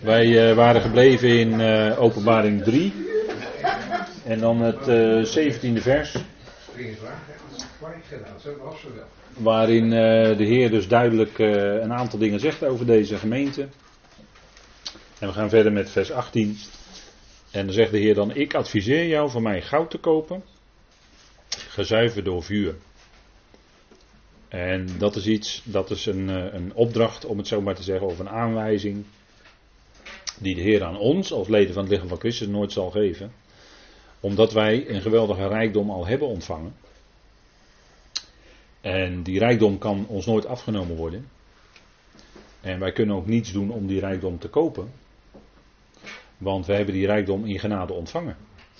Wij waren gebleven in Openbaring 3 en dan het 17e vers. Waarin de Heer dus duidelijk een aantal dingen zegt over deze gemeente. En we gaan verder met vers 18. En dan zegt de Heer dan: ik adviseer jou van mij goud te kopen, gezuiverd door vuur. En dat is een opdracht, om het zo maar te zeggen, of een aanwijzing die de Heer aan ons als leden van het lichaam van Christus nooit zal geven. Omdat wij een geweldige rijkdom al hebben ontvangen. En die rijkdom kan ons nooit afgenomen worden. En wij kunnen ook niets doen om die rijkdom te kopen. Want we hebben die rijkdom in genade ontvangen.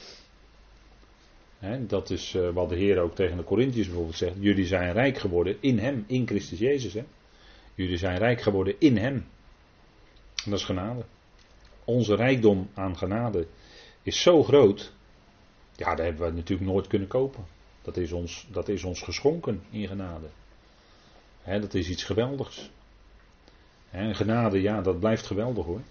Dat is wat de Heer ook tegen de Korintiërs bijvoorbeeld zegt. Jullie zijn rijk geworden in Hem, in Christus Jezus. Jullie zijn rijk geworden in Hem. En dat is genade. Onze rijkdom aan genade is zo groot. Ja, dat hebben we natuurlijk nooit kunnen kopen. Dat is ons geschonken in genade. Dat is iets geweldigs. En genade, ja, dat blijft geweldig hoor.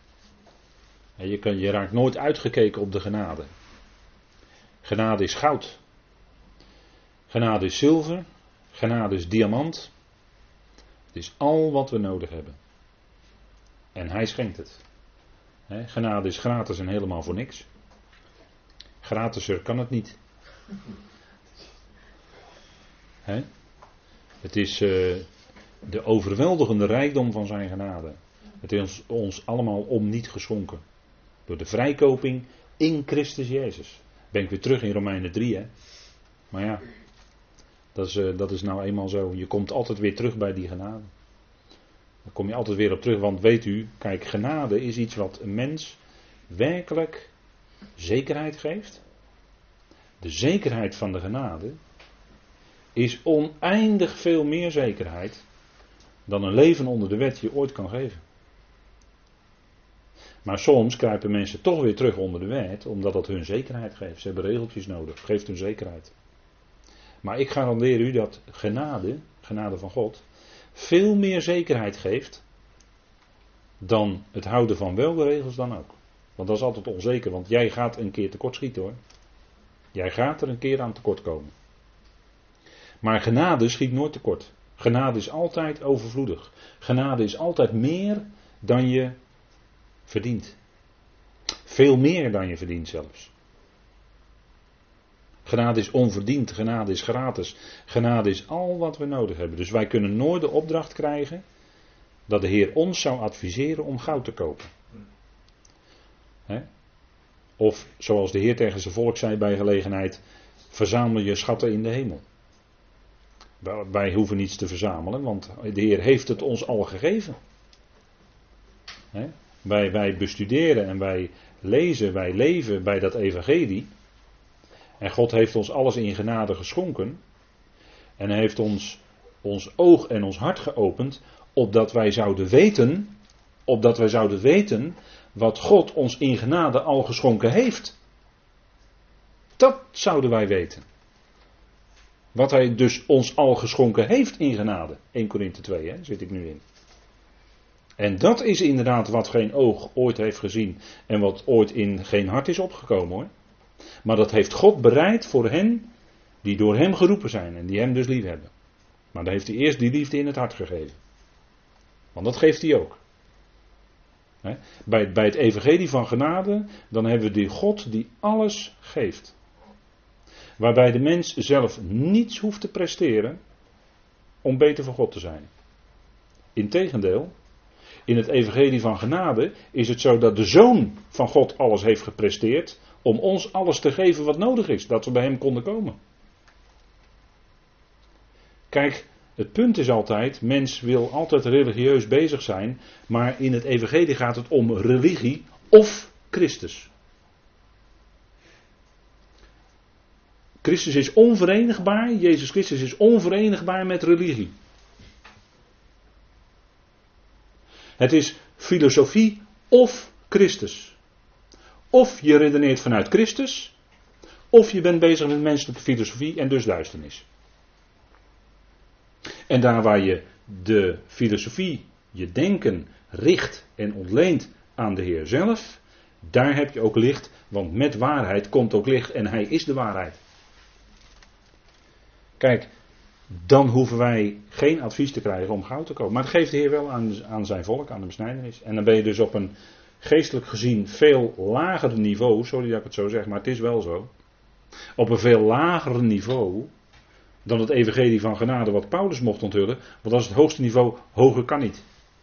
Je raakt nooit uitgekeken op de genade. Genade is goud. Genade is zilver. Genade is diamant. Het is al wat we nodig hebben. En Hij schenkt het. Genade is gratis en helemaal voor niks. Gratiser kan het niet. Het is de overweldigende rijkdom van zijn genade. Het is ons allemaal om niet geschonken. Door de vrijkoping in Christus Jezus. Ben ik weer terug in Romeinen 3. Maar ja, dat is nou eenmaal zo. Je komt altijd weer terug bij die genade. Daar kom je altijd weer op terug. Want weet u, kijk, genade is iets wat een mens werkelijk zekerheid geeft. De zekerheid van de genade is oneindig veel meer zekerheid dan een leven onder de wet je ooit kan geven. Maar soms kruipen mensen toch weer terug onder de wet, omdat dat hun zekerheid geeft. Ze hebben regeltjes nodig, geeft hun zekerheid. Maar ik garandeer u dat genade van God, veel meer zekerheid geeft dan het houden van welke regels dan ook. Want dat is altijd onzeker, want jij gaat een keer tekortschieten hoor. Jij gaat er een keer aan tekort komen. Maar genade schiet nooit tekort. Genade is altijd overvloedig. Genade is altijd meer dan je verdient. Veel meer dan je verdient zelfs. Genade is onverdiend, genade is gratis. Genade is al wat we nodig hebben. Dus wij kunnen nooit de opdracht krijgen dat de Heer ons zou adviseren om goud te kopen. Of zoals de Heer tegen zijn volk zei bij gelegenheid, verzamel je schatten in de hemel. Wij hoeven niets te verzamelen, want de Heer heeft het ons al gegeven. Wij bestuderen en wij lezen, wij leven bij dat evangelie. En God heeft ons alles in genade geschonken. En hij heeft ons oog en ons hart geopend, opdat wij zouden weten wat God ons in genade al geschonken heeft. Dat zouden wij weten. Wat hij dus ons al geschonken heeft in genade. 1 Korinthe 2, zit ik nu in. En dat is inderdaad wat geen oog ooit heeft gezien en wat ooit in geen hart is opgekomen hoor. Maar dat heeft God bereid voor hen die door hem geroepen zijn en die hem dus lief hebben. Maar dan heeft hij eerst die liefde in het hart gegeven. Want dat geeft hij ook. Bij het evangelie van genade, dan hebben we die God die alles geeft. Waarbij de mens zelf niets hoeft te presteren om beter voor God te zijn. Integendeel, in het evangelie van genade is het zo dat de Zoon van God alles heeft gepresteerd om ons alles te geven wat nodig is, dat we bij hem konden komen. Kijk, het punt is altijd, mens wil altijd religieus bezig zijn, maar in het evangelie gaat het om religie of Christus. Christus is onverenigbaar, Jezus Christus is onverenigbaar met religie. Het is filosofie of Christus. Of je redeneert vanuit Christus, of je bent bezig met menselijke filosofie en dus duisternis. En daar waar je de filosofie, je denken, richt en ontleent aan de Heer zelf, daar heb je ook licht, want met waarheid komt ook licht en hij is de waarheid. Kijk, dan hoeven wij geen advies te krijgen om goud te kopen. Maar dat geeft de Heer wel aan zijn volk, aan de besnijdenis. En dan ben je dus op een geestelijk gezien veel lager niveau, sorry dat ik het zo zeg, maar het is wel zo. Op een veel lager niveau dan het evangelie van genade wat Paulus mocht onthullen. Want dat is het hoogste niveau, hoger kan niet.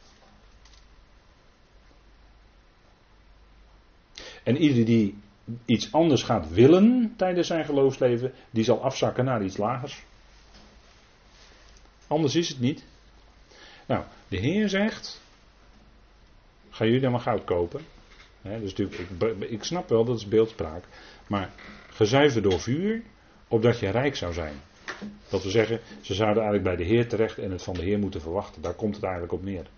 En ieder die iets anders gaat willen tijdens zijn geloofsleven, die zal afzakken naar iets lagers. Anders is het niet. Nou, de Heer zegt, gaan jullie dan maar goud kopen? Dus natuurlijk, ik snap wel, dat is beeldspraak. Maar gezuiverd door vuur, opdat je rijk zou zijn. Dat we zeggen, ze zouden eigenlijk bij de Heer terecht en het van de Heer moeten verwachten. Daar komt het eigenlijk op neer.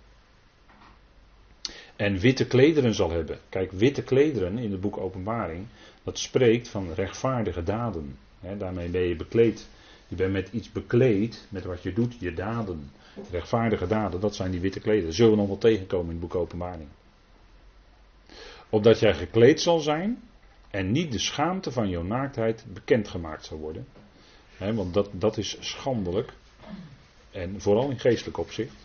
En witte klederen zal hebben. Kijk, witte klederen in het boek Openbaring, dat spreekt van rechtvaardige daden. Daarmee ben je bekleed. Je bent met iets bekleed, met wat je doet, je daden. Rechtvaardige daden, dat zijn die witte klederen. Dat zullen we nog wel tegenkomen in het boek Openbaring. Opdat jij gekleed zal zijn en niet de schaamte van jouw naaktheid bekendgemaakt zal worden. Want dat is schandelijk. En vooral in geestelijk opzicht.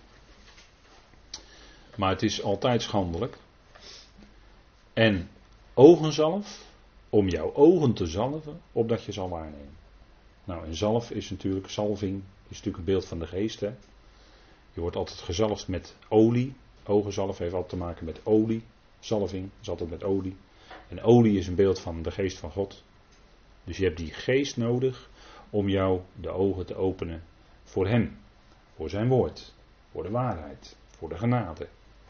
Maar het is altijd schandelijk. En ogenzalf, om jouw ogen te zalven, opdat je zal waarnemen. Nou, en salving is natuurlijk een beeld van de geest. Hè? Je wordt altijd gezalfd met olie. Ogenzalf heeft altijd te maken met olie. Zalving is altijd met olie. En olie is een beeld van de geest van God. Dus je hebt die geest nodig om jou de ogen te openen voor hem. Voor zijn woord. Voor de waarheid. Voor de genade.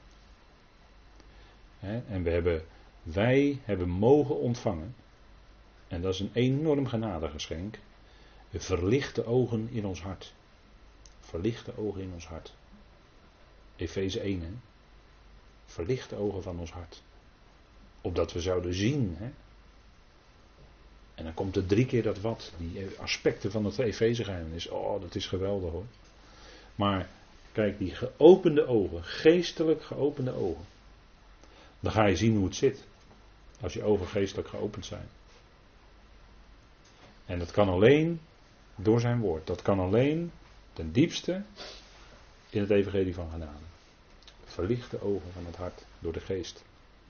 En wij hebben mogen ontvangen. En dat is een enorm genadegeschenk. Verlichte ogen in ons hart. Verlichte ogen in ons hart. Efeze 1. Hè? Verlichte ogen van ons hart. Opdat we zouden zien. Hè? En dan komt er 3 keer dat wat. Die aspecten van het Efezegeheimnis. Oh, dat is geweldig hoor. Maar kijk, die geopende ogen. Geestelijk geopende ogen. Dan ga je zien hoe het zit. Als je ogen geestelijk geopend zijn. En dat kan alleen door zijn woord. Dat kan alleen ten diepste in het evangelie van genade. Verlicht de ogen van het hart door de geest.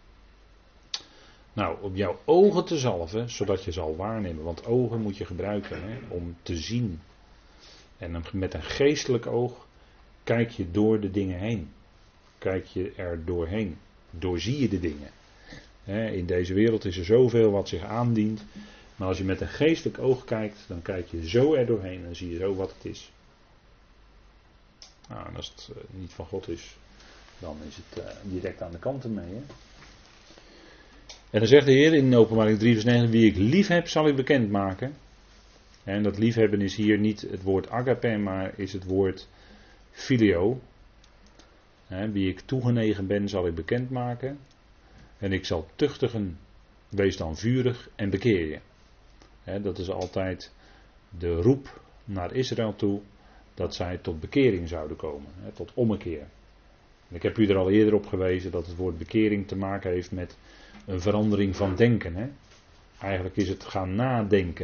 Nou, om jouw ogen te zalven, zodat je zal waarnemen. Want ogen moet je gebruiken om te zien. En met een geestelijk oog kijk je door de dingen heen. Kijk je er doorheen. Doorzie je de dingen. In deze wereld is er zoveel wat zich aandient. Maar als je met een geestelijk oog kijkt, dan kijk je zo er doorheen en zie je zo wat het is. Nou, en als het niet van God is, dan is het direct aan de kant ermee. Hè? En dan zegt de Heer in Openbaring 3 vers 9, wie ik lief heb, zal ik bekendmaken. En dat liefhebben is hier niet het woord agape, maar is het woord filio. Wie ik toegenegen ben, zal ik bekendmaken. En ik zal tuchtigen, wees dan vurig en bekeer je. Dat is altijd de roep naar Israël toe, dat zij tot bekering zouden komen, tot ommekeer. En ik heb u er al eerder op gewezen dat het woord bekering te maken heeft met een verandering van denken. Eigenlijk is het gaan nadenken.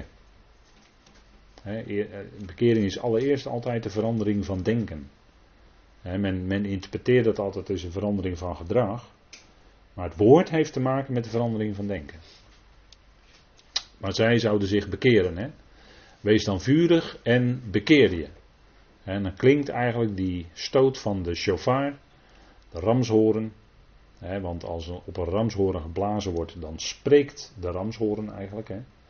Bekering is allereerst altijd de verandering van denken. Men interpreteert dat altijd als een verandering van gedrag. Maar het woord heeft te maken met de verandering van denken. Maar zij zouden zich bekeren. Wees dan vurig en bekeer je. En dan klinkt eigenlijk die stoot van de shofar, de ramshoorn. Want als er op een ramshoorn geblazen wordt, dan spreekt de ramshoorn eigenlijk.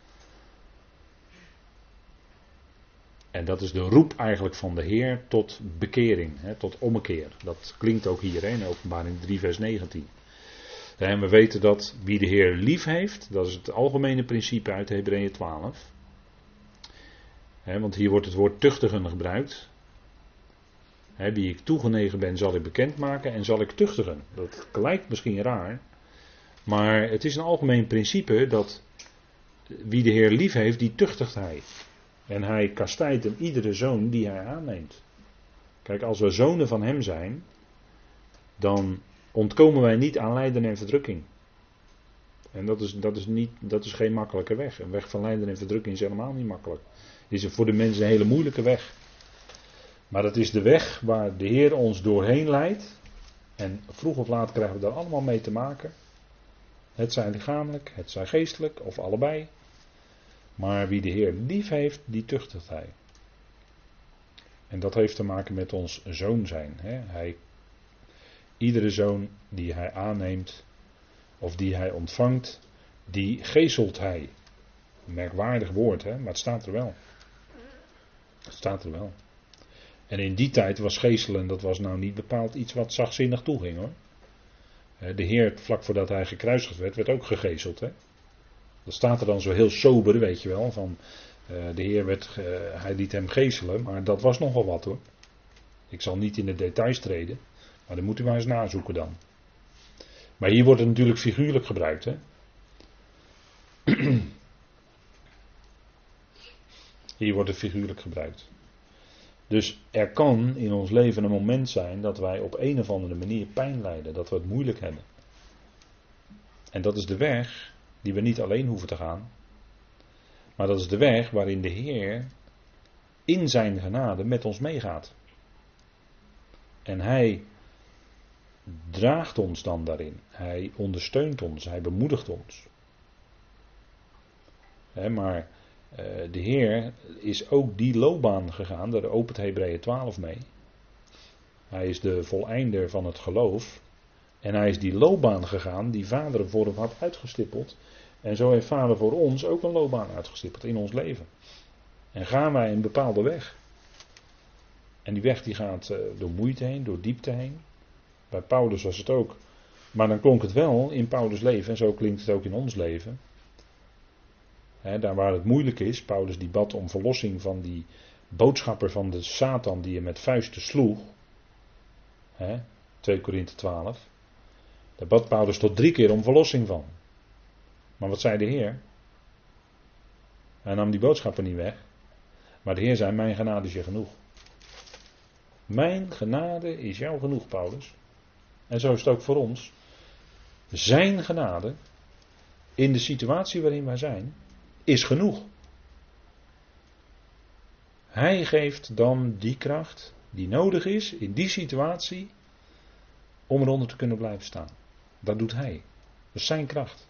En dat is de roep eigenlijk van de Heer tot bekering, tot ommekeer. Dat klinkt ook hier in Openbaring 3 vers 19. En we weten dat wie de Heer lief heeft, dat is het algemene principe uit Hebreeën 12. Want hier wordt het woord tuchtigen gebruikt. Wie ik toegenegen ben, zal ik bekendmaken en zal ik tuchtigen. Dat lijkt misschien raar, maar het is een algemeen principe dat wie de Heer lief heeft, die tuchtigt hij. En hij kastijdt hem iedere zoon die hij aanneemt. Kijk, als we zonen van hem zijn, dan ontkomen wij niet aan lijden en verdrukking. En dat is geen makkelijke weg. Een weg van lijden en verdrukking is helemaal niet makkelijk. Is er voor de mensen een hele moeilijke weg. Maar dat is de weg waar de Heer ons doorheen leidt. En vroeg of laat krijgen we daar allemaal mee te maken. Het zij lichamelijk, het zij geestelijk of allebei. Maar wie de Heer lief heeft, die tuchtigt hij. En dat heeft te maken met ons zoon zijn. Iedere zoon die hij aanneemt of die hij ontvangt, die geeselt hij. Een merkwaardig woord, maar het staat er wel. Het staat er wel. En in die tijd was geeselen, dat was nou niet bepaald iets wat zachtzinnig toeging hoor. De Heer, vlak voordat hij gekruisigd werd ook gegezeld. Dat staat er dan zo heel sober, weet je wel, van de Heer hij liet hem gezelen, maar dat was nogal wat hoor. Ik zal niet in de details treden, maar dan moet u maar eens nazoeken dan. Maar hier wordt het natuurlijk figuurlijk gebruikt. Hier wordt het figuurlijk gebruikt. Dus er kan in ons leven een moment zijn dat wij op een of andere manier pijn lijden, dat we het moeilijk hebben. En dat is de weg die we niet alleen hoeven te gaan. Maar dat is de weg waarin de Heer in zijn genade met ons meegaat. En hij draagt ons dan daarin. Hij ondersteunt ons, hij bemoedigt ons. Maar de Heer is ook die loopbaan gegaan, daar opent Hebreeën 12 mee. Hij is de voleinder van het geloof. En hij is die loopbaan gegaan die Vader voor hem had uitgestippeld. En zo heeft Vader voor ons ook een loopbaan uitgestippeld in ons leven. En gaan wij een bepaalde weg. En die weg die gaat door moeite heen, door diepte heen. Bij Paulus was het ook. Maar dan klonk het wel in Paulus' leven. En zo klinkt het ook in ons leven. Daar waar het moeilijk is. Paulus die bad om verlossing van die boodschapper van de Satan die hem met vuisten sloeg. 2 Korinthe 12. Daar bad Paulus tot 3 keer om verlossing van. Maar wat zei de Heer? Hij nam die boodschapper niet weg. Maar de Heer zei, mijn genade is je genoeg. Mijn genade is jou genoeg, Paulus. En zo is het ook voor ons. Zijn genade, in de situatie waarin wij zijn, is genoeg. Hij geeft dan die kracht die nodig is in die situatie om eronder te kunnen blijven staan. Dat doet hij. Dat is zijn kracht.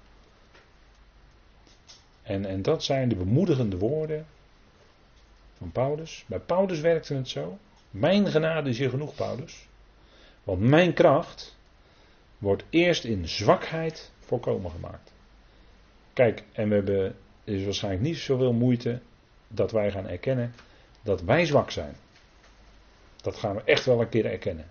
En dat zijn de bemoedigende woorden van Paulus. Bij Paulus werkte het zo. Mijn genade is je genoeg, Paulus. Want mijn kracht wordt eerst in zwakheid volkomen gemaakt. Kijk, en er is waarschijnlijk niet zoveel moeite dat wij gaan erkennen dat wij zwak zijn. Dat gaan we echt wel een keer erkennen.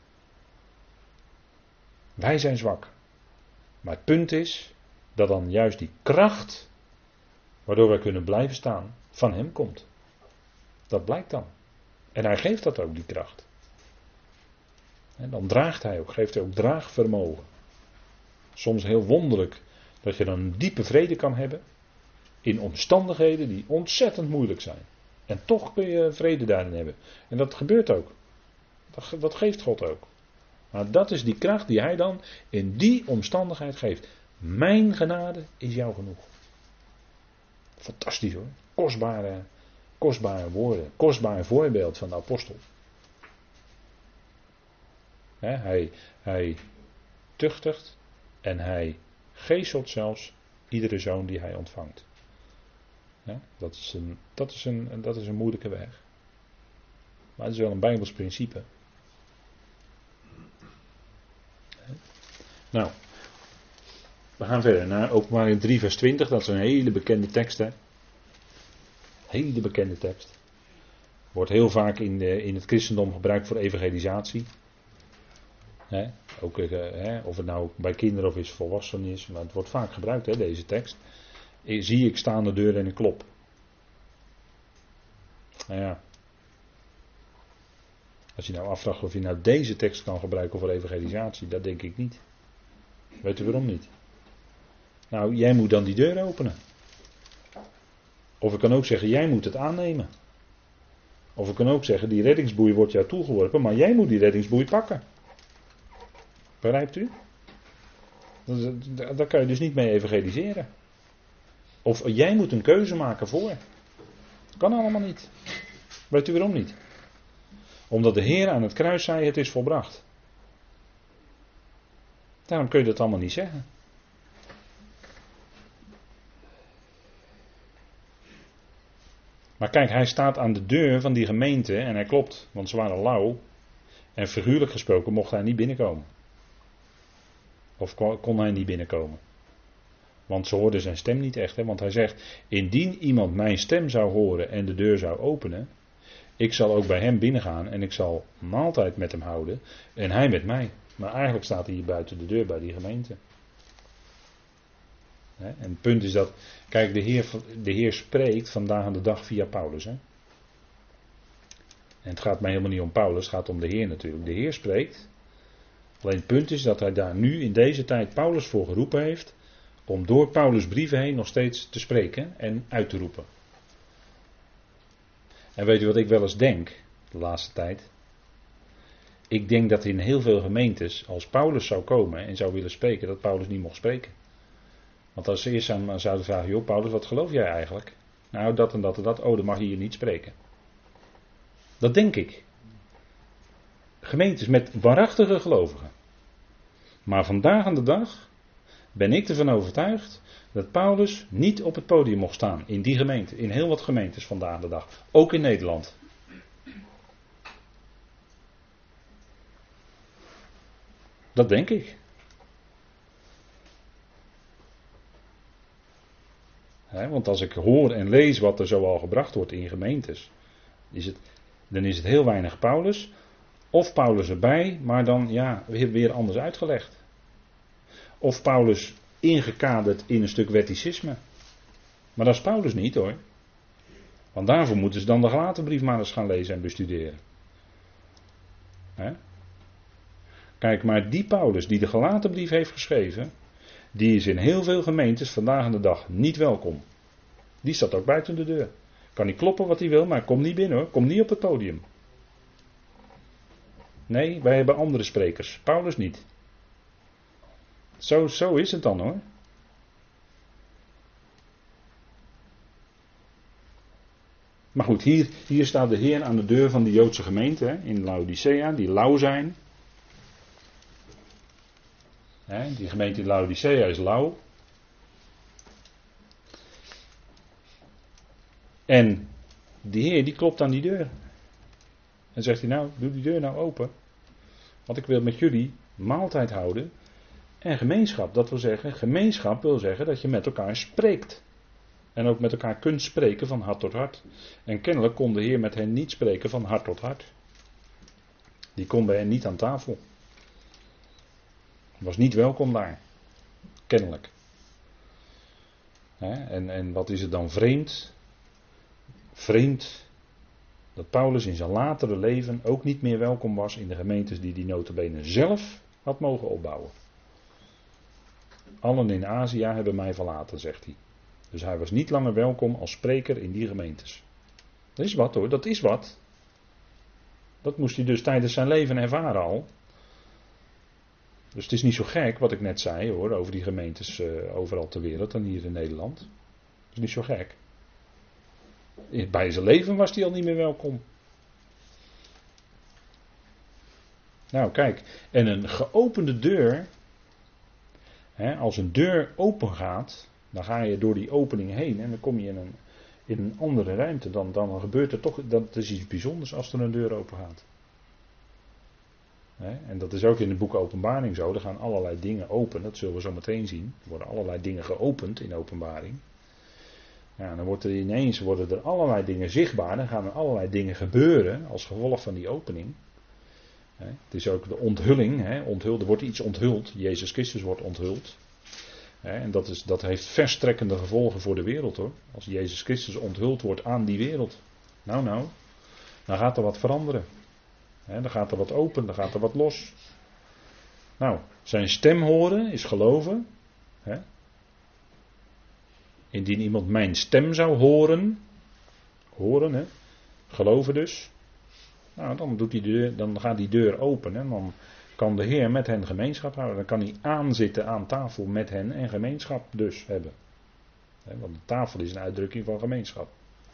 Wij zijn zwak. Maar het punt is dat dan juist die kracht, waardoor wij kunnen blijven staan, van hem komt. Dat blijkt dan. En hij geeft dat ook, die kracht. En dan draagt hij ook, geeft hij ook draagvermogen. Soms heel wonderlijk dat je dan een diepe vrede kan hebben in omstandigheden die ontzettend moeilijk zijn. En toch kun je vrede daarin hebben. En dat gebeurt ook. Dat geeft God ook. Maar dat is die kracht die hij dan in die omstandigheid geeft. Mijn genade is jou genoeg. Fantastisch hoor. Kostbare woorden. Kostbaar voorbeeld van de apostel. Hij tuchtigt en hij geestelt zelfs iedere zoon die hij ontvangt. Dat is een moeilijke weg. Maar het is wel een Bijbels principe. Nou, we gaan verder naar Openbaring 3 vers 20. Dat is een hele bekende tekst. Hele bekende tekst. Wordt heel vaak in het christendom gebruikt voor evangelisatie. Ook, of het nou bij kinderen of is volwassenen is. Maar het wordt vaak gebruikt, deze tekst. Zie ik sta aan de deur en ik klop. Nou ja. Als je nou afvraagt of je nou deze tekst kan gebruiken voor evangelisatie. Dat denk ik niet. Weet u waarom niet? Nou, jij moet dan die deur openen. Of ik kan ook zeggen, jij moet het aannemen. Of ik kan ook zeggen, die reddingsboei wordt jou toegeworpen, maar jij moet die reddingsboei pakken. Begrijpt u? Daar kan je dus niet mee evangeliseren. Of jij moet een keuze maken voor. Kan allemaal niet. Weet u waarom niet? Omdat de Heer aan het kruis zei, het is volbracht. Daarom kun je dat allemaal niet zeggen. Maar kijk, hij staat aan de deur van die gemeente en hij klopt, want ze waren lauw. En figuurlijk gesproken mocht hij niet binnenkomen. Of kon hij niet binnenkomen. Want ze hoorden zijn stem niet echt. Hè? Want hij zegt, indien iemand mijn stem zou horen en de deur zou openen, ik zal ook bij hem binnengaan en ik zal maaltijd met hem houden en hij met mij. Maar eigenlijk staat hij hier buiten de deur bij die gemeente. En het punt is dat, kijk, de Heer spreekt vandaag aan de dag via Paulus. Hè? En het gaat mij helemaal niet om Paulus, het gaat om de Heer natuurlijk. De Heer spreekt. Alleen het punt is dat hij daar nu in deze tijd Paulus voor geroepen heeft om door Paulus' brieven heen nog steeds te spreken en uit te roepen. En weet u wat ik wel eens denk, de laatste tijd? Ik denk dat in heel veel gemeentes, als Paulus zou komen en zou willen spreken, dat Paulus niet mocht spreken. Want als ze eerst zouden vragen, joh Paulus, wat geloof jij eigenlijk? Nou, dat en dat en dat, dan mag je hier niet spreken. Dat denk ik. Gemeentes met waarachtige gelovigen. Maar vandaag aan de dag ben ik ervan overtuigd dat Paulus niet op het podium mocht staan in die gemeente. In heel wat gemeentes vandaag aan de dag. Ook in Nederland. Dat denk ik. Want als ik hoor en lees wat er zoal gebracht wordt in gemeentes, dan is het heel weinig Paulus. Of Paulus erbij, maar dan weer anders uitgelegd. Of Paulus ingekaderd in een stuk wetticisme. Maar dat is Paulus niet hoor. Want daarvoor moeten ze dan de Galatenbrief maar eens gaan lezen en bestuderen. Kijk, maar die Paulus die de Galatenbrief heeft geschreven, die is in heel veel gemeentes vandaag aan de dag niet welkom. Die staat ook buiten de deur. Kan niet kloppen wat hij wil, maar kom niet binnen hoor. Kom niet op het podium. Nee, wij hebben andere sprekers. Paulus niet. Zo is het dan hoor. Maar goed, hier staat de Heer aan de deur van de Joodse gemeente in Laodicea, die lauw zijn. Die gemeente in Laodicea is lauw. En de Heer die klopt aan die deur. En zegt hij nou, doe die deur nou open. Want ik wil met jullie maaltijd houden. En gemeenschap, dat wil zeggen, gemeenschap wil zeggen dat je met elkaar spreekt. En ook met elkaar kunt spreken van hart tot hart. En kennelijk kon de Heer met hen niet spreken van hart tot hart. Die kon bij hen niet aan tafel. Was niet welkom daar. Kennelijk. En wat is het dan vreemd? Vreemd dat Paulus in zijn latere leven ook niet meer welkom was in de gemeentes die nota bene zelf had mogen opbouwen. Allen in Azië hebben mij verlaten, zegt hij. Dus hij was niet langer welkom als spreker in die gemeentes. Dat is wat hoor, dat is wat. Dat moest hij dus tijdens zijn leven ervaren al. Dus het is niet zo gek wat ik net zei hoor, over die gemeentes overal ter wereld en hier in Nederland. Dat is niet zo gek. Bij zijn leven was hij al niet meer welkom. Nou kijk, en een geopende deur, als een deur open gaat, dan ga je door die opening heen en dan kom je in een andere ruimte. Dan gebeurt er toch, dat is iets bijzonders als er een deur open gaat. En dat is ook in het boek Openbaring zo. Er gaan allerlei dingen open. Dat zullen we zo meteen zien. Er worden allerlei dingen geopend in Openbaring. Ja, dan worden er allerlei dingen zichtbaar. Dan gaan er allerlei dingen gebeuren als gevolg van die opening. Het is ook de onthulling. Er wordt iets onthuld. Jezus Christus wordt onthuld. En dat heeft verstrekkende gevolgen voor de wereld hoor. Als Jezus Christus onthuld wordt aan die wereld. Nou, dan gaat er wat veranderen. Dan gaat er wat open, dan gaat er wat los. Nou, zijn stem horen is geloven. Indien iemand mijn stem zou horen, geloven dus. Nou, dan gaat die deur open en dan kan de Heer met hen gemeenschap houden. Dan kan hij aanzitten aan tafel met hen en gemeenschap dus hebben. Want de tafel is een uitdrukking van gemeenschap.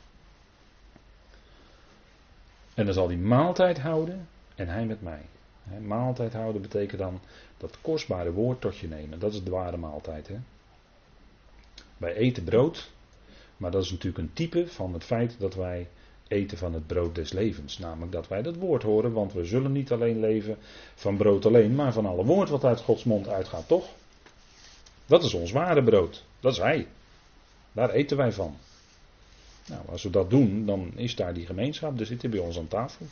En dan zal hij maaltijd houden en hij met mij. Maaltijd houden betekent dan dat kostbare woord tot je nemen. Dat is de ware maaltijd. Hè? Wij eten brood, maar dat is natuurlijk een type van het feit dat wij eten van het brood des levens. Namelijk dat wij dat woord horen, want we zullen niet alleen leven van brood alleen, maar van alle woord wat uit Gods mond uitgaat, toch? Dat is ons ware brood. Dat is Hij. Daar eten wij van. Nou, als we dat doen, dan is daar die gemeenschap. Er zitten bij ons aan tafel.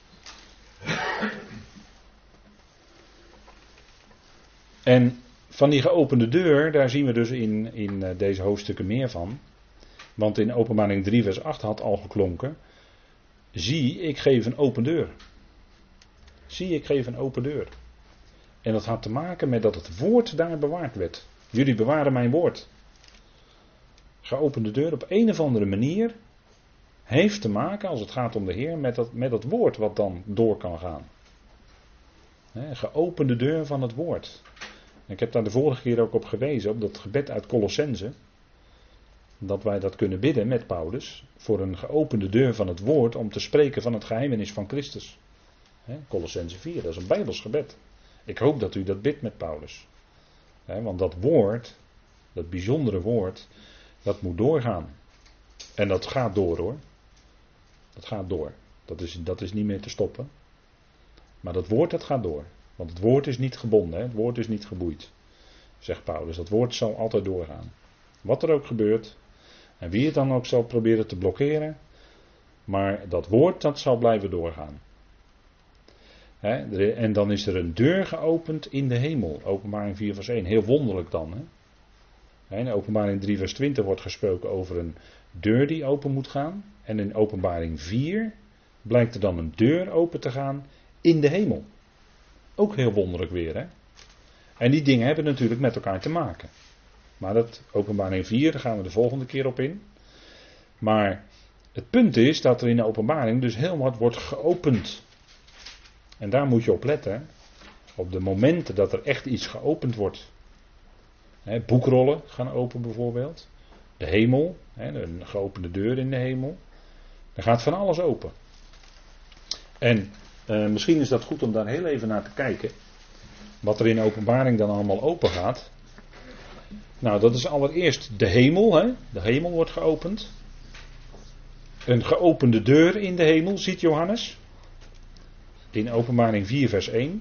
En van die geopende deur, daar zien we dus in deze hoofdstukken meer van. Want in Openbaring 3 vers 8 had al geklonken. Zie, ik geef een open deur. Zie, ik geef een open deur. En dat had te maken met dat het woord daar bewaard werd. Jullie bewaren mijn woord. Geopende deur op een of andere manier heeft te maken, als het gaat om de Heer, met dat woord wat dan door kan gaan. Geopende deur van het woord. Ik heb daar de vorige keer ook op gewezen, op dat gebed uit Colossense. Dat wij dat kunnen bidden met Paulus. Voor een geopende deur van het woord om te spreken van het geheimenis van Christus. Colossense 4, dat is een Bijbels gebed. Ik hoop dat u dat bidt met Paulus. Want dat woord, dat bijzondere woord, dat moet doorgaan. En dat gaat door hoor. Dat gaat door. Dat is niet meer te stoppen. Maar dat woord dat gaat door. Want het woord is niet gebonden. Het woord is niet geboeid. Zegt Paulus. Dat woord zal altijd doorgaan. Wat er ook gebeurt. En wie het dan ook zal proberen te blokkeren. Maar dat woord dat zal blijven doorgaan. En dan is er een deur geopend in de hemel. Openbaring 4 vers 1. Heel wonderlijk dan. In Openbaring 3 vers 20 wordt gesproken over een deur die open moet gaan. En in Openbaring 4 blijkt er dan een deur open te gaan in de hemel. Ook heel wonderlijk weer. Hè? En die dingen hebben natuurlijk met elkaar te maken. Maar dat Openbaring 4, daar gaan we de volgende keer op in. Maar het punt is dat er in de Openbaring dus heel wat wordt geopend. En daar moet je op letten. Hè? Op de momenten dat er echt iets geopend wordt. Boekrollen gaan open bijvoorbeeld. De hemel, een geopende deur in de hemel. Er gaat van alles open. En misschien is dat goed om daar heel even naar te kijken. Wat er in de Openbaring dan allemaal open gaat. Nou, dat is allereerst de hemel. De hemel wordt geopend. Een geopende deur in de hemel, ziet Johannes. In Openbaring 4 vers 1.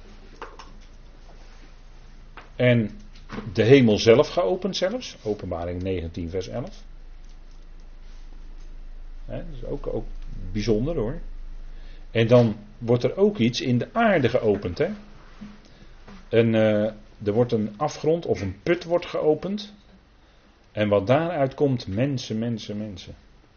En de hemel zelf geopend zelfs. Openbaring 19 vers 11. Dat is ook bijzonder hoor. En dan wordt er ook iets in de aarde geopend. Hè? Er wordt een afgrond of een put wordt geopend. En wat daaruit komt, mensen.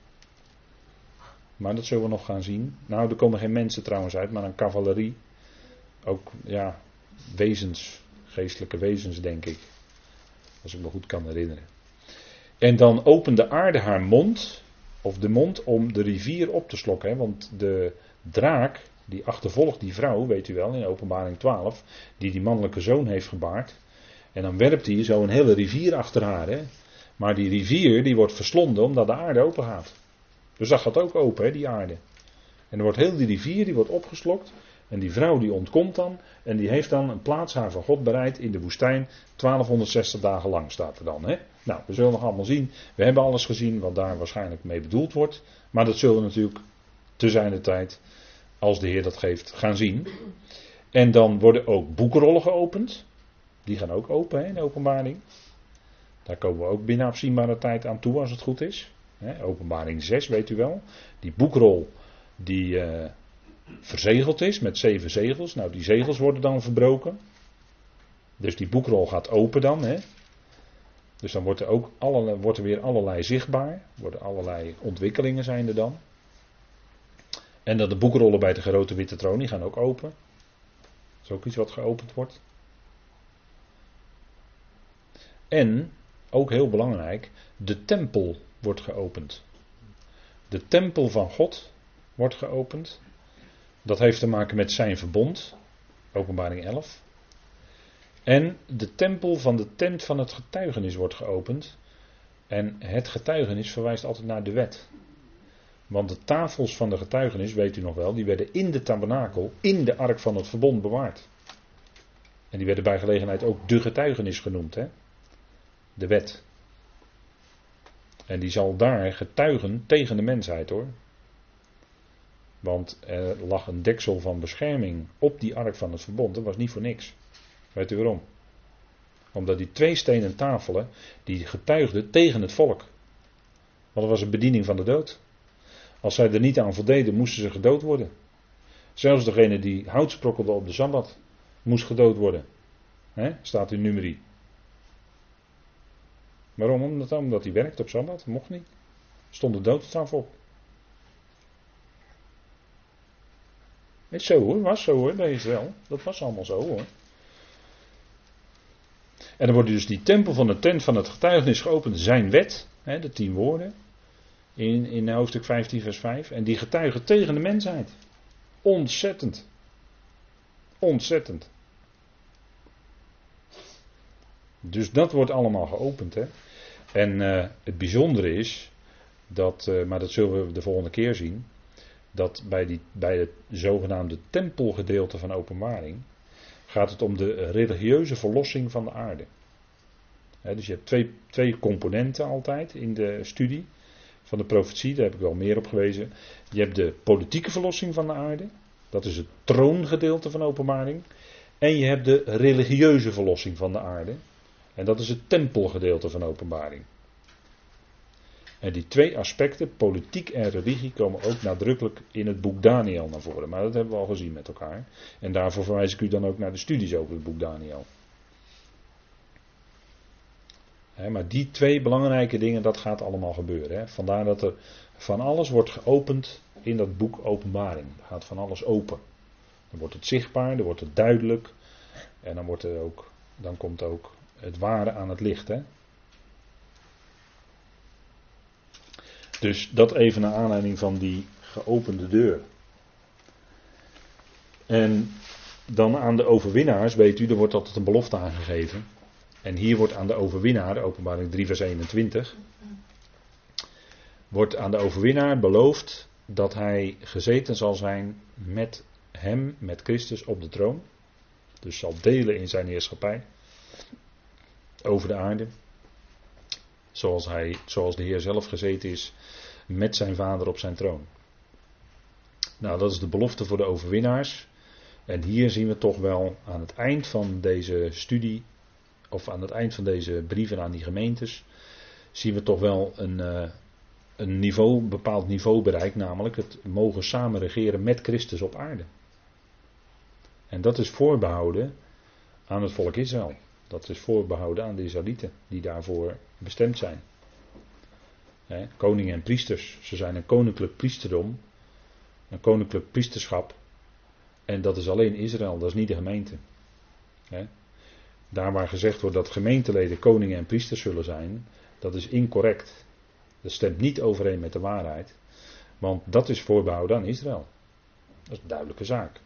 Maar dat zullen we nog gaan zien. Nou, er komen geen mensen trouwens uit, maar een cavalerie. Ook, ja, wezens, geestelijke wezens denk ik. Als ik me goed kan herinneren. En dan opent de aarde haar mond, of de mond om de rivier op te slokken. Hè? Want de draak, die achtervolgt die vrouw, weet u wel, in Openbaring 12, die mannelijke zoon heeft gebaard. En dan werpt hij zo een hele rivier achter haar. Hè? Maar die rivier, die wordt verslonden omdat de aarde open gaat. Dus dat gaat ook open, hè, die aarde. En dan wordt heel die rivier, die wordt opgeslokt. En die vrouw die ontkomt dan. En die heeft dan een plaats haar van God bereid in de woestijn. 1260 dagen lang staat er dan. Hè? Nou, we zullen nog allemaal zien. We hebben alles gezien wat daar waarschijnlijk mee bedoeld wordt. Maar dat zullen we natuurlijk te zijner tijd, als de Heer dat geeft, gaan zien. En dan worden ook boekrollen geopend. Die gaan ook open, hè, in de Openbaring. Daar komen we ook binnen afzienbare tijd aan toe als het goed is. Openbaring 6, weet u wel. Die boekrol die verzegeld is met 7 zegels. Nou, die zegels worden dan verbroken. Dus die boekrol gaat open dan. Hè. Dus dan wordt er weer allerlei zichtbaar. Worden allerlei ontwikkelingen zijn er dan. En dat de boekrollen bij de grote witte troon, die gaan ook open. Dat is ook iets wat geopend wordt. En, ook heel belangrijk, de tempel wordt geopend. De tempel van God wordt geopend. Dat heeft te maken met zijn verbond. Openbaring 11. En de tempel van de tent van het getuigenis wordt geopend. En het getuigenis verwijst altijd naar de wet. Want de tafels van de getuigenis, weet u nog wel, die werden in de tabernakel, in de ark van het verbond bewaard. En die werden bij gelegenheid ook de getuigenis genoemd, hè? De wet. En die zal daar getuigen tegen de mensheid, hoor. Want er lag een deksel van bescherming op die ark van het verbond. Dat was niet voor niks. Weet u waarom? Omdat die 2 stenen tafelen, die getuigden tegen het volk. Want dat was een bediening van de dood. Als zij er niet aan voldeden, moesten ze gedood worden. Zelfs degene die hout sprokkelde op de Sabbat, moest gedood worden. Staat in Numeri. Waarom? Omdat hij werkte op Sabbat. Mocht niet. Stond de doodstraf op. Is zo hoor, was zo hoor bij Israël. Dat was allemaal zo hoor. En dan wordt dus die tempel van de tent van het getuigenis geopend, zijn wet, de 10 woorden, in hoofdstuk 15 vers 5. En die getuigen tegen de mensheid. Ontzettend. Ontzettend. Dus dat wordt allemaal geopend. Hè. En het bijzondere is, maar dat zullen we de volgende keer zien, dat bij het zogenaamde tempelgedeelte van Openbaring gaat het om de religieuze verlossing van de aarde. Dus je hebt twee componenten altijd in de studie van de profetie, daar heb ik wel meer op gewezen. Je hebt de politieke verlossing van de aarde, dat is het troongedeelte van Openbaring. En je hebt de religieuze verlossing van de aarde, en dat is het tempelgedeelte van Openbaring. En die 2 aspecten, politiek en religie, komen ook nadrukkelijk in het boek Daniël naar voren. Maar dat hebben we al gezien met elkaar. En daarvoor verwijs ik u dan ook naar de studies over het boek Daniël. Maar die 2 belangrijke dingen, dat gaat allemaal gebeuren. Vandaar dat er van alles wordt geopend in dat boek Openbaring. Er gaat van alles open. Dan wordt het zichtbaar, dan wordt het duidelijk. En dan komt ook het ware aan het licht. Dus dat even naar aanleiding van die geopende deur. En dan aan de overwinnaars, weet u, er wordt altijd een belofte aangegeven. En hier wordt aan de overwinnaar, Openbaring 3 vers 21, wordt aan de overwinnaar beloofd dat hij gezeten zal zijn met hem, met Christus op de troon. Dus zal delen in zijn heerschappij over de aarde. Zoals de Heer zelf gezeten is met zijn Vader op zijn troon. Nou, dat is de belofte voor de overwinnaars. En hier zien we toch wel aan het eind van deze studie, of aan het eind van deze brieven aan die gemeentes, zien we toch wel een bepaald niveau bereikt, namelijk het mogen samen regeren met Christus op aarde. En dat is voorbehouden aan het volk Israël. Dat is voorbehouden aan de Israëlieten, die daarvoor bestemd zijn. Koningen en priesters, ze zijn een koninklijk priesterdom, een koninklijk priesterschap. En dat is alleen Israël, dat is niet de gemeente. Daar waar gezegd wordt dat gemeenteleden koningen en priesters zullen zijn, dat is incorrect. Dat stemt niet overeen met de waarheid. Want dat is voorbehouden aan Israël. Dat is een duidelijke zaak.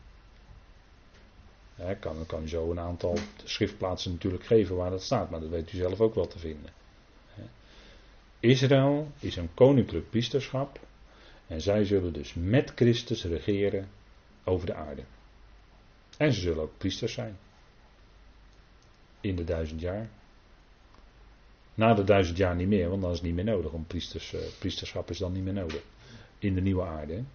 Ik kan u zo een aantal schriftplaatsen natuurlijk geven waar dat staat, maar dat weet u zelf ook wel te vinden. Israël is een koninklijk priesterschap en zij zullen dus met Christus regeren over de aarde. En ze zullen ook priesters zijn. In de 1000 jaar. Na de 1000 jaar niet meer, want dan is het niet meer nodig. Priesterschap is dan niet meer nodig. In de nieuwe aarde. Hè.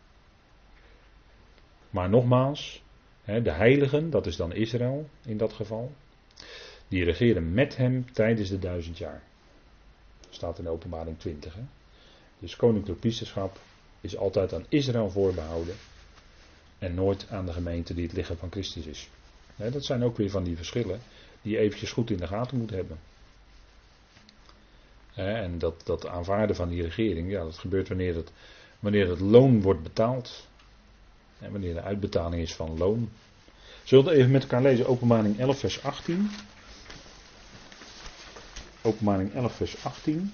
Maar nogmaals, de heiligen, dat is dan Israël in dat geval. Die regeren met hem tijdens de 1000 jaar. Dat staat in Openbaring 20. Hè. Dus koninklijk priesterschap is altijd aan Israël voorbehouden. En nooit aan de gemeente die het lichaam van Christus is. Dat zijn ook weer van die verschillen die je eventjes goed in de gaten moet hebben. En dat aanvaarden van die regering, ja, dat gebeurt wanneer het loon wordt betaald. En wanneer de uitbetaling is van loon. Zullen we even met elkaar lezen, Openbaring 11 vers 18. Openbaring 11 vers 18.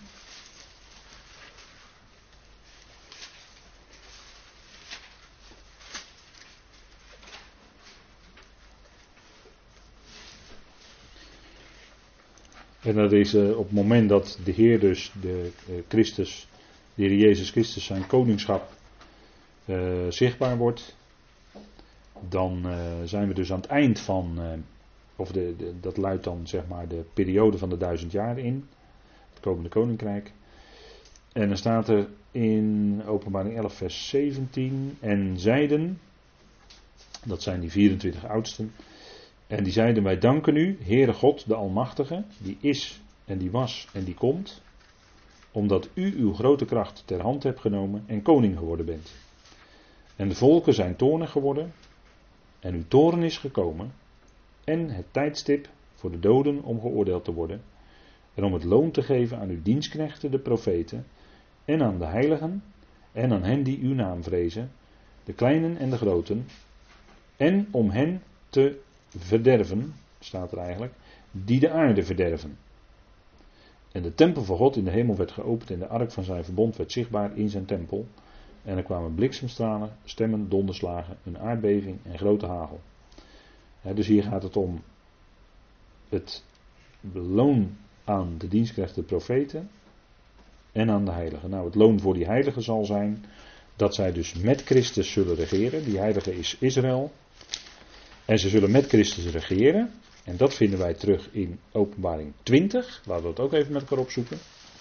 En dat is op het moment dat de Heer dus, de Heer Jezus Christus zijn koningschap zichtbaar wordt, dan zijn we dus aan het eind van, dat luidt dan zeg maar de periode van de 1000 jaar in, het komende koninkrijk. En dan staat er in Openbaring 11 vers 17, en zeiden, dat zijn die 24 oudsten, en die zeiden: wij danken u, Heere God, de Almachtige, die is en die was en die komt, omdat u uw grote kracht ter hand hebt genomen en koning geworden bent. En de volken zijn toornig geworden, en uw toorn is gekomen, en het tijdstip voor de doden om geoordeeld te worden, en om het loon te geven aan uw dienstknechten, de profeten, en aan de heiligen, en aan hen die uw naam vrezen, de kleinen en de groten, en om hen te verderven, staat er eigenlijk, die de aarde verderven. En de tempel van God in de hemel werd geopend en de ark van zijn verbond werd zichtbaar in zijn tempel. En er kwamen bliksemstralen, stemmen, donderslagen, een aardbeving en grote hagel. Dus hier gaat het om het loon aan de dienstknechten, de profeten en aan de heiligen. Nou, het loon voor die heiligen zal zijn dat zij dus met Christus zullen regeren. Die heilige is Israël. En ze zullen met Christus regeren. En dat vinden wij terug in Openbaring 20. Laten we dat ook even met elkaar opzoeken.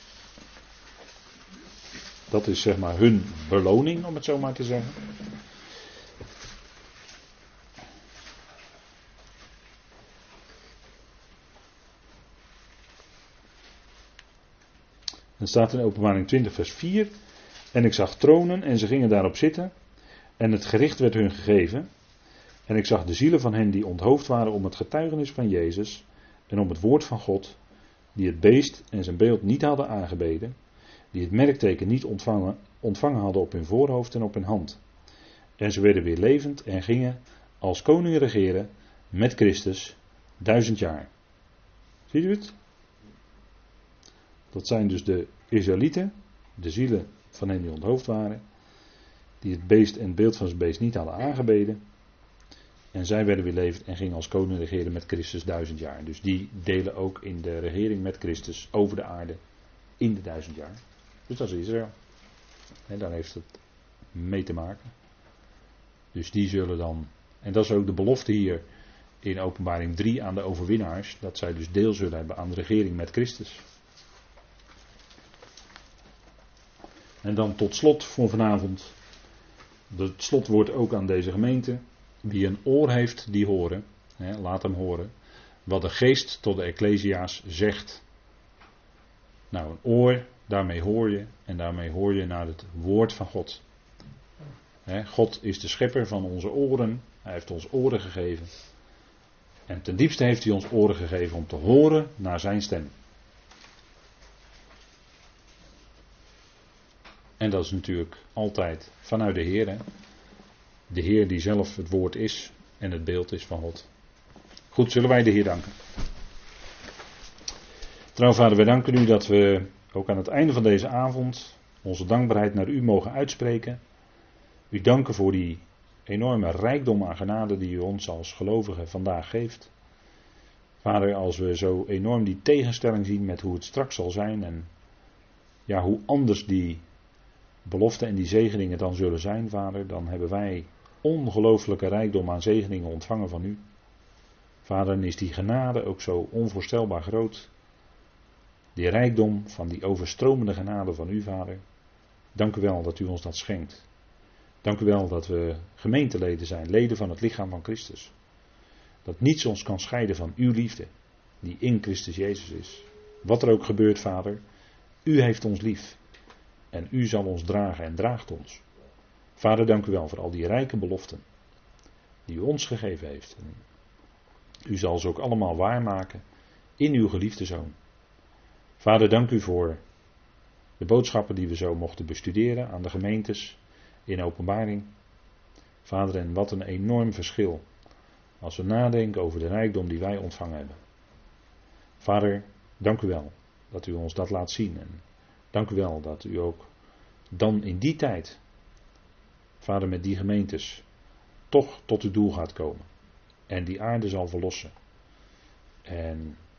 Dat is zeg maar hun beloning, om het zo maar te zeggen. Dan staat in Openbaring 20 vers 4. En ik zag tronen en ze gingen daarop zitten. En het gericht werd hun gegeven. En ik zag de zielen van hen die onthoofd waren om het getuigenis van Jezus en om het woord van God, die het beest en zijn beeld niet hadden aangebeden, die het merkteken niet ontvangen hadden op hun voorhoofd en op hun hand. En ze werden weer levend en gingen als koningen regeren met Christus 1000 jaar. Ziet u het? Dat zijn dus de Israëlieten, de zielen van hen die onthoofd waren, die het beest en het beeld van zijn beest niet hadden aangebeden. En zij werden weer levend en gingen als koning regeren met Christus 1000 jaar. Dus die delen ook in de regering met Christus over de aarde in de 1000 jaar. Dus dat is Israël. En daar heeft het mee te maken. Dus die zullen dan, en dat is ook de belofte hier in Openbaring 3 aan de overwinnaars, dat zij dus deel zullen hebben aan de regering met Christus. En dan tot slot voor vanavond, het slotwoord ook aan deze gemeente. Wie een oor heeft, die horen. Laat hem horen. Wat de geest tot de ecclesia's zegt. Nou, een oor, daarmee hoor je. En daarmee hoor je naar het woord van God. God is de schepper van onze oren. Hij heeft ons oren gegeven. En ten diepste heeft hij ons oren gegeven om te horen naar zijn stem. En dat is natuurlijk altijd vanuit de Heer. Hè? De Heer die zelf het woord is en het beeld is van God. Goed, zullen wij de Heer danken. Trouw Vader, wij danken u dat we ook aan het einde van deze avond onze dankbaarheid naar u mogen uitspreken. U danken voor die enorme rijkdom aan genade die u ons als gelovigen vandaag geeft. Vader, als we zo enorm die tegenstelling zien met hoe het straks zal zijn en ja, hoe anders die beloften en die zegeningen dan zullen zijn, Vader, dan hebben wij ongelooflijke rijkdom aan zegeningen ontvangen van u. Vader, en is die genade ook zo onvoorstelbaar groot. Die rijkdom van die overstromende genade van u, Vader. Dank u wel dat u ons dat schenkt. Dank u wel dat we gemeenteleden zijn, leden van het lichaam van Christus. Dat niets ons kan scheiden van uw liefde, die in Christus Jezus is. Wat er ook gebeurt, Vader, u heeft ons lief. En u zal ons dragen en draagt ons. Vader, dank u wel voor al die rijke beloften die u ons gegeven heeft. En u zal ze ook allemaal waarmaken in uw geliefde Zoon. Vader, dank u voor de boodschappen die we zo mochten bestuderen aan de gemeentes in Openbaring. Vader, en wat een enorm verschil als we nadenken over de rijkdom die wij ontvangen hebben. Vader, dank u wel dat u ons dat laat zien. En dank u wel dat u ook dan in die tijd, Vader, met die gemeentes toch tot uw doel gaat komen. En die aarde zal verlossen. En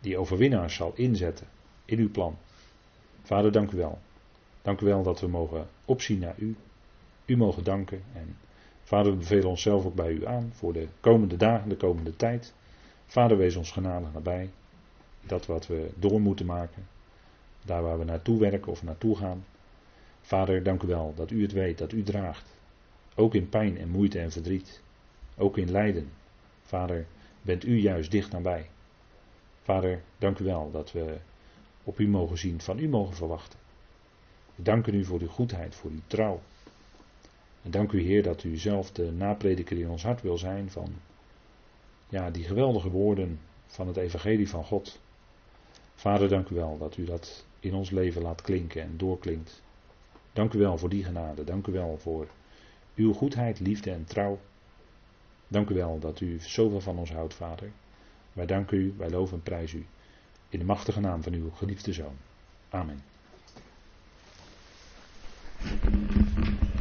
die overwinnaars zal inzetten in uw plan. Vader, dank u wel. Dank u wel dat we mogen opzien naar u. U mogen danken. En Vader, we bevelen onszelf ook bij u aan voor de komende dagen, de komende tijd. Vader, wees ons genadig nabij. Dat wat we door moeten maken. Daar waar we naartoe werken of naartoe gaan. Vader, dank u wel dat u het weet, dat u draagt. Ook in pijn en moeite en verdriet. Ook in lijden. Vader, bent u juist dicht nabij. Vader, dank u wel dat we op u mogen zien, van u mogen verwachten. We danken u voor uw goedheid, voor uw trouw. En dank u, Heer, dat u zelf de naprediker in ons hart wil zijn van die geweldige woorden van het evangelie van God. Vader, dank u wel dat u dat in ons leven laat klinken en doorklinkt. Dank u wel voor die genade. Dank u wel voor uw goedheid, liefde en trouw. Dank u wel dat u zoveel van ons houdt, Vader. Wij danken u, wij loven en prijzen u. In de machtige naam van uw geliefde Zoon. Amen.